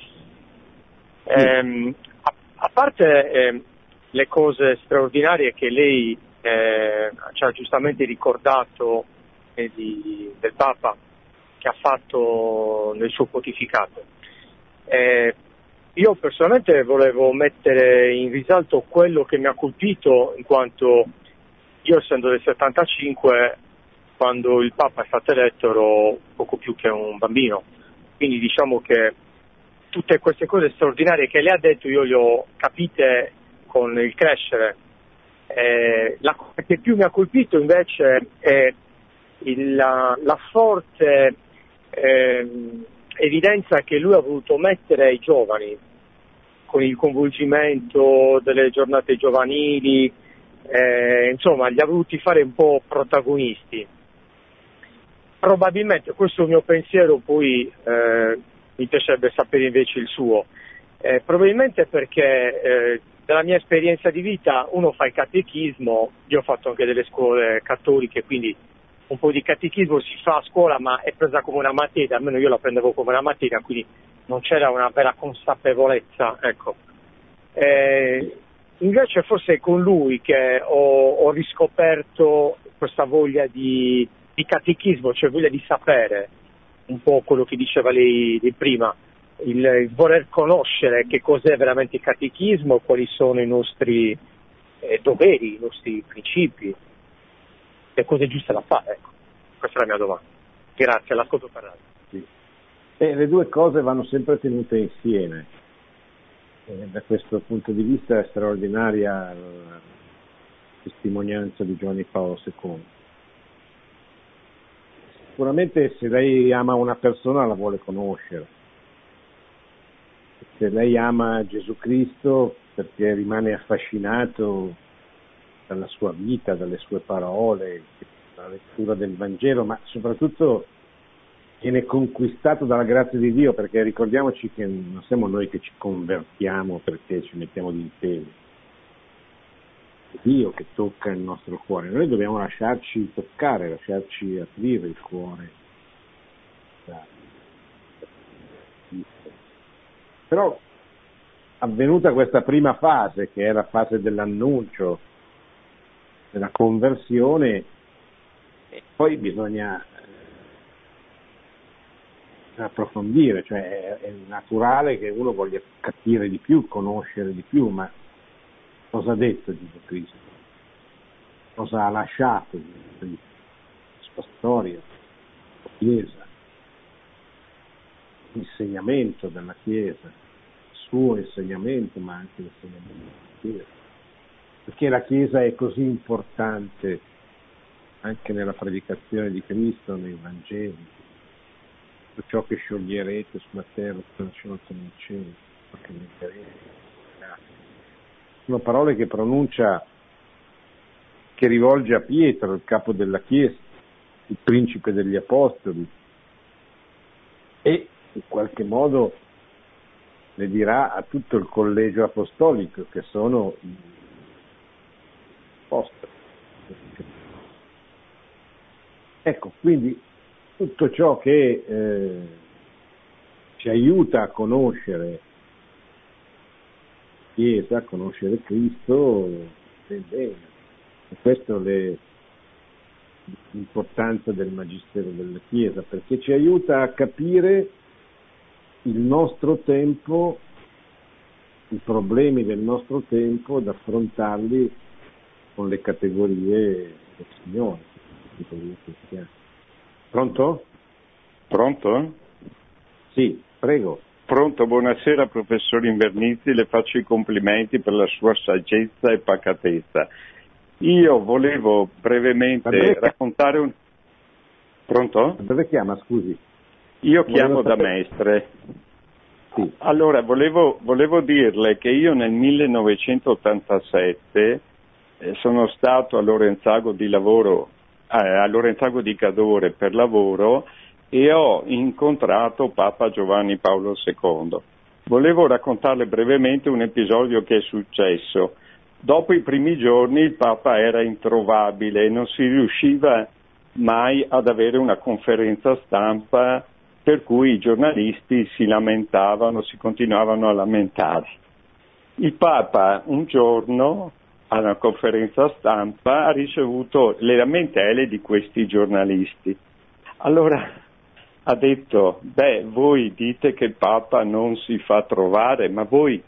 Eh, a, a parte eh, le cose straordinarie che lei eh, ci ha giustamente ricordato eh, di, del Papa che ha fatto nel suo pontificato, eh, io personalmente volevo mettere in risalto quello che mi ha colpito, in quanto io, essendo del settantacinque, quando il Papa è stato eletto ero poco più che un bambino, quindi diciamo che tutte queste cose straordinarie che lei ha detto io le ho capite con il crescere. Eh, la cosa che più mi ha colpito invece è il, la, la forte eh, evidenza che lui ha voluto mettere ai giovani, con il coinvolgimento delle giornate giovanili, eh, insomma li ha voluti fare un po' protagonisti. Probabilmente, questo è il mio pensiero, poi eh, mi piacerebbe sapere invece il suo, eh, probabilmente perché eh, dalla mia esperienza di vita uno fa il catechismo, io ho fatto anche delle scuole cattoliche, quindi un po' di catechismo si fa a scuola, ma è presa come una materia, almeno io la prendevo come una materia, quindi non c'era una vera consapevolezza, ecco. Eh, invece forse è con lui che ho, ho riscoperto questa voglia di, di catechismo, cioè voglia di sapere un po' quello che diceva lei di prima, il, il voler conoscere che cos'è veramente il catechismo, quali sono i nostri eh, doveri, i nostri principi, che cosa è giusta da fare. Ecco. Questa è la mia domanda. Grazie, l'ascolto per radio. Sì. E le due cose vanno sempre tenute insieme. E da questo punto di vista è straordinaria la testimonianza di Giovanni Paolo secondo. Sicuramente se lei ama una persona la vuole conoscere, se lei ama Gesù Cristo perché rimane affascinato dalla sua vita, dalle sue parole, dalla lettura del Vangelo, ma soprattutto viene conquistato dalla grazia di Dio, perché ricordiamoci che non siamo noi che ci convertiamo perché ci mettiamo di impegno, è Dio che tocca il nostro cuore, noi dobbiamo lasciarci toccare, lasciarci aprire il cuore. Però avvenuta questa prima fase, che è la fase dell'annuncio, della conversione, poi bisogna approfondire, cioè è naturale che uno voglia capire di più, conoscere di più, ma cosa ha detto Gesù Cristo? Cosa ha lasciato Gesù Cristo? La sua storia, la Chiesa, l'insegnamento della Chiesa, il suo insegnamento, ma anche l'insegnamento della Chiesa. Perché la Chiesa è così importante anche nella predicazione di Cristo, nei Vangeli. Tutto ciò che scioglierete sulla terra sarà sciolto nel cielo, perché metterete. Sono parole che pronuncia, che rivolge a Pietro, il capo della Chiesa, il principe degli Apostoli, e in qualche modo le dirà a tutto il collegio apostolico, che sono i apostoli. Ecco, quindi tutto ciò che eh, ci aiuta a conoscere la Chiesa, a conoscere Cristo, è bene. E questa è l'importanza del Magistero della Chiesa, perché ci aiuta a capire il nostro tempo, i problemi del nostro tempo, ad affrontarli con le categorie del Signore, le categorie cristiane. Pronto? Pronto? Sì, prego. Pronto, buonasera professor Invernizzi, le faccio i complimenti per la sua saggezza e pacatezza. Io volevo brevemente dove... raccontare un... Pronto? Dove chiama, scusi? Io chiamo volevo da sapere... Mestre. Sì. Allora, volevo, volevo dirle che io nel millenovecentottantasette eh, sono stato a Lorenzago di lavoro, eh, a Lorenzago di Cadore per lavoro, e ho incontrato Papa Giovanni Paolo secondo. Volevo raccontarle brevemente un episodio che è successo. Dopo i primi giorni il Papa era introvabile e non si riusciva mai ad avere una conferenza stampa, per cui i giornalisti si lamentavano, si continuavano a lamentare. Il Papa un giorno, a una conferenza stampa, ha ricevuto le lamentele di questi giornalisti. Allora ha detto, beh, voi dite che il Papa non si fa trovare, ma voi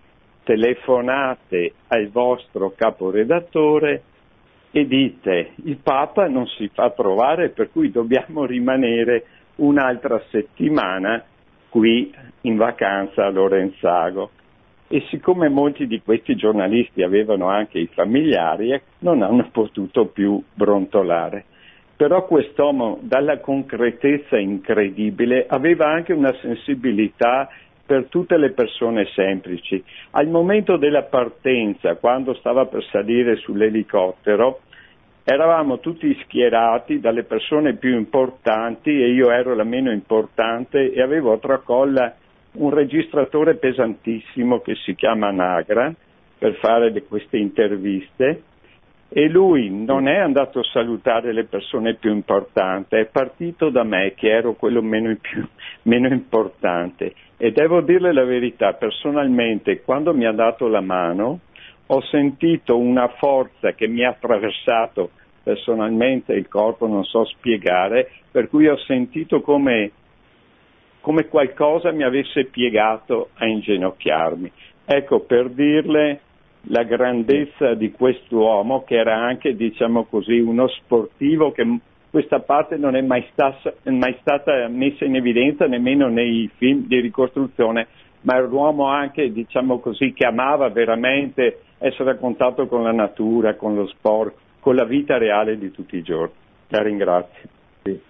telefonate al vostro caporedattore e dite, il Papa non si fa trovare, per cui dobbiamo rimanere un'altra settimana qui in vacanza a Lorenzago. E siccome molti di questi giornalisti avevano anche i familiari, non hanno potuto più brontolare. Però quest'uomo, dalla concretezza incredibile, aveva anche una sensibilità per tutte le persone semplici. Al momento della partenza, quando stava per salire sull'elicottero, eravamo tutti schierati dalle persone più importanti e io ero la meno importante e avevo a tracolla un registratore pesantissimo che si chiama Nagra per fare de- queste interviste. E lui non è andato a salutare le persone più importanti, è partito da me che ero quello meno, più, meno importante. E devo dirle la verità, personalmente quando mi ha dato la mano ho sentito una forza che mi ha attraversato personalmente il corpo, non so spiegare, per cui ho sentito come come qualcosa mi avesse piegato a inginocchiarmi. Ecco, per dirle la grandezza di quest'uomo, che era anche, diciamo così, uno sportivo, che questa parte non è mai, sta, mai stata messa in evidenza nemmeno nei film di ricostruzione, ma era un uomo anche, diciamo così, che amava veramente essere a contatto con la natura, con lo sport, con la vita reale di tutti i giorni. La ringrazio. Sì.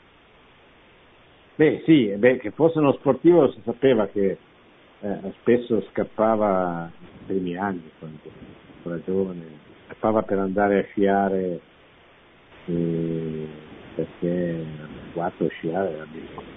Beh sì, beh, che fosse uno sportivo si sapeva che eh, spesso scappava nei primi anni, quando era giovane, scappava per andare a sciare, eh, perché era abituato a sciare, era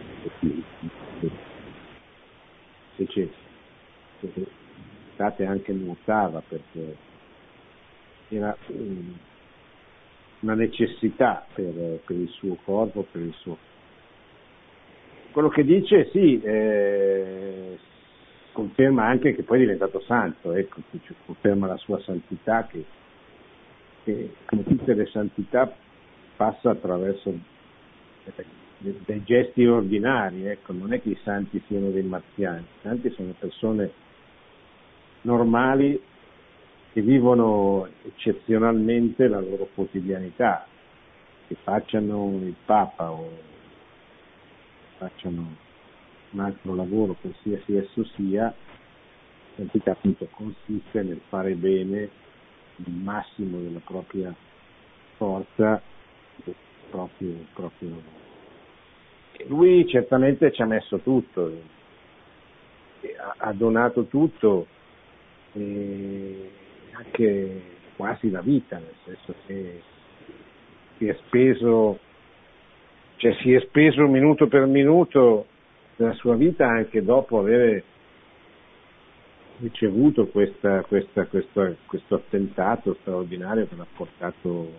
invece l'estate anche nuotava, perché era um, una necessità per, per il suo corpo, per il suo... Quello che dice sì, eh, conferma anche che poi è diventato santo, ecco, conferma la sua santità, che, che come tutte le santità passa attraverso dei, dei gesti ordinari, ecco, non è che i santi siano dei marziani, i santi sono persone normali che vivono eccezionalmente la loro quotidianità, che facciano il Papa o facciano un altro lavoro, qualsiasi esso sia. La santità appunto consiste nel fare bene il massimo della propria forza, del proprio, proprio lavoro. E lui certamente ci ha messo tutto, ha, ha donato tutto, e anche quasi la vita, nel senso che si è speso, cioè si è speso minuto per minuto della sua vita, anche dopo aver ricevuto questa, questa, questo, questo attentato straordinario che l'ha portato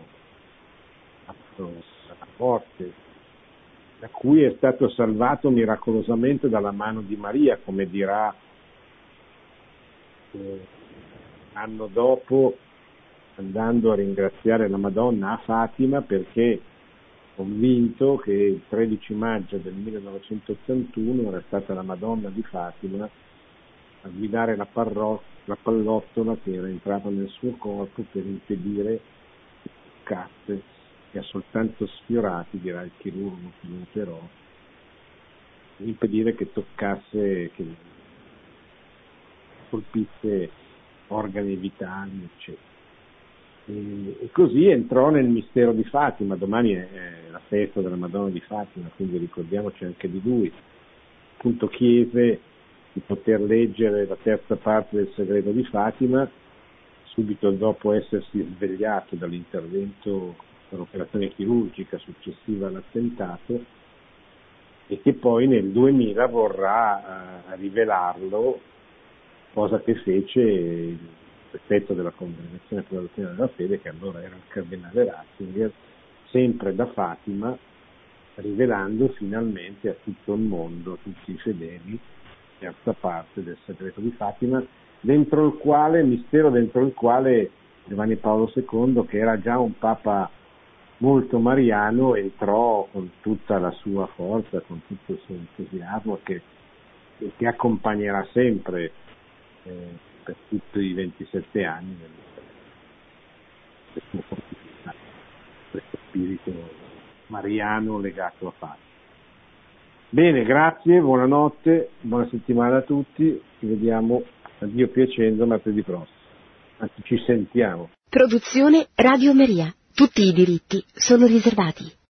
alla morte, da cui è stato salvato miracolosamente dalla mano di Maria, come dirà eh, l'anno dopo, andando a ringraziare la Madonna a Fatima, perché convinto che il tredici maggio del millenovecentottantuno era stata la Madonna di Fatima a guidare la, parro- la pallottola che era entrata nel suo corpo per impedire che toccasse, che ha soltanto sfiorati, dirà il chirurgo che lo operò, per impedire che toccasse, che colpisse organi vitali, eccetera. E, e così entrò nel mistero di Fatima. Domani è, è la festa della Madonna di Fatima, quindi ricordiamoci anche di lui. Appunto chiese di poter leggere la terza parte del segreto di Fatima subito dopo essersi svegliato dall'intervento, dall'operazione chirurgica successiva all'attentato, e che poi nel duemila vorrà uh, rivelarlo, cosa che fece il prefetto della Congregazione per la dottrina della fede, che allora era il cardinale Ratzinger, sempre da Fatima, rivelando finalmente a tutto il mondo, a tutti i fedeli, la terza parte del segreto di Fatima, dentro il quale, mistero dentro il quale Giovanni Paolo secondo, che era già un papa molto mariano, entrò con tutta la sua forza, con tutto il suo entusiasmo, che, che accompagnerà sempre eh, per tutti i ventisette anni del suo pontificato, questo spirito mariano legato a Fatima. Bene, grazie, buonanotte, buona settimana a tutti, ci vediamo a Dio piacendo martedì prossimo, anzi ci sentiamo. Produzione Radio Maria. Tutti i diritti sono riservati.